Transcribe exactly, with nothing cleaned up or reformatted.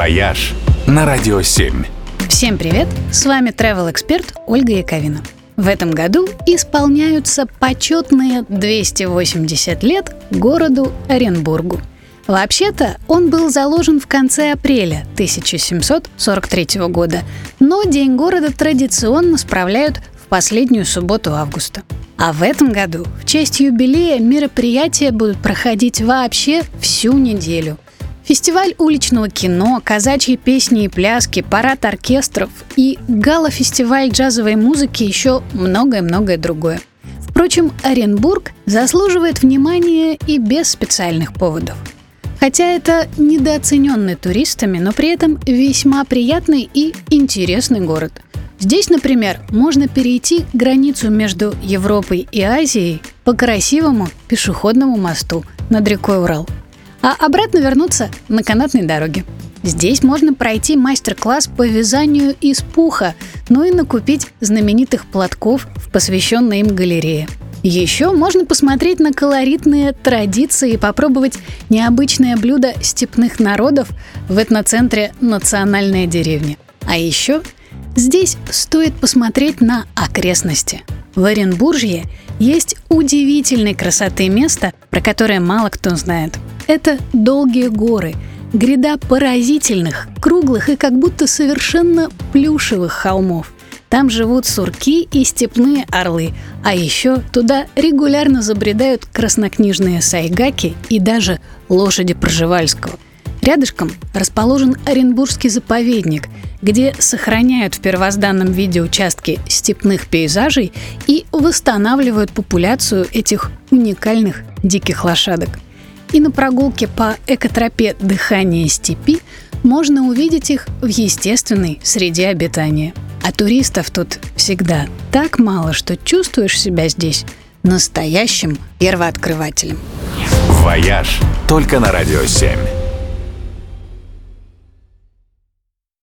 «Вояж» на Радио семь. Всем привет! С вами travel-эксперт Ольга Яковина. В этом году исполняются почетные двести восемьдесят лет городу Оренбургу. Вообще-то он был заложен в конце апреля тысяча семьсот сорок третьего года, но День города традиционно справляют в последнюю субботу августа. А в этом году в честь юбилея мероприятия будут проходить вообще всю неделю. Фестиваль уличного кино, казачьи песни и пляски, парад оркестров и гала-фестиваль джазовой музыки, еще многое-многое другое. Впрочем, Оренбург заслуживает внимания и без специальных поводов. Хотя это недооцененный туристами, но при этом весьма приятный и интересный город. Здесь, например, можно перейти границу между Европой и Азией по красивому пешеходному мосту над рекой Урал, а обратно вернуться на канатной дороге. Здесь можно пройти мастер-класс по вязанию из пуха, ну и накупить знаменитых платков в посвященной им галерее. Еще можно посмотреть на колоритные традиции и попробовать необычное блюдо степных народов в этноцентре «Национальная деревня». А еще здесь стоит посмотреть на окрестности. В Оренбуржье есть удивительной красоты место, про которое мало кто знает. Это Долгие горы, гряда поразительных, круглых и как будто совершенно плюшевых холмов. Там живут сурки и степные орлы, а еще туда регулярно забредают краснокнижные сайгаки и даже лошади Пржевальского. Рядышком расположен Оренбургский заповедник, где сохраняют в первозданном виде участки степных пейзажей и восстанавливают популяцию этих уникальных диких лошадок. И на прогулке по экотропе «Дыхание степи» можно увидеть их в естественной среде обитания. А туристов тут всегда так мало, что чувствуешь себя здесь настоящим первооткрывателем. «Вояж» только на Радио семь.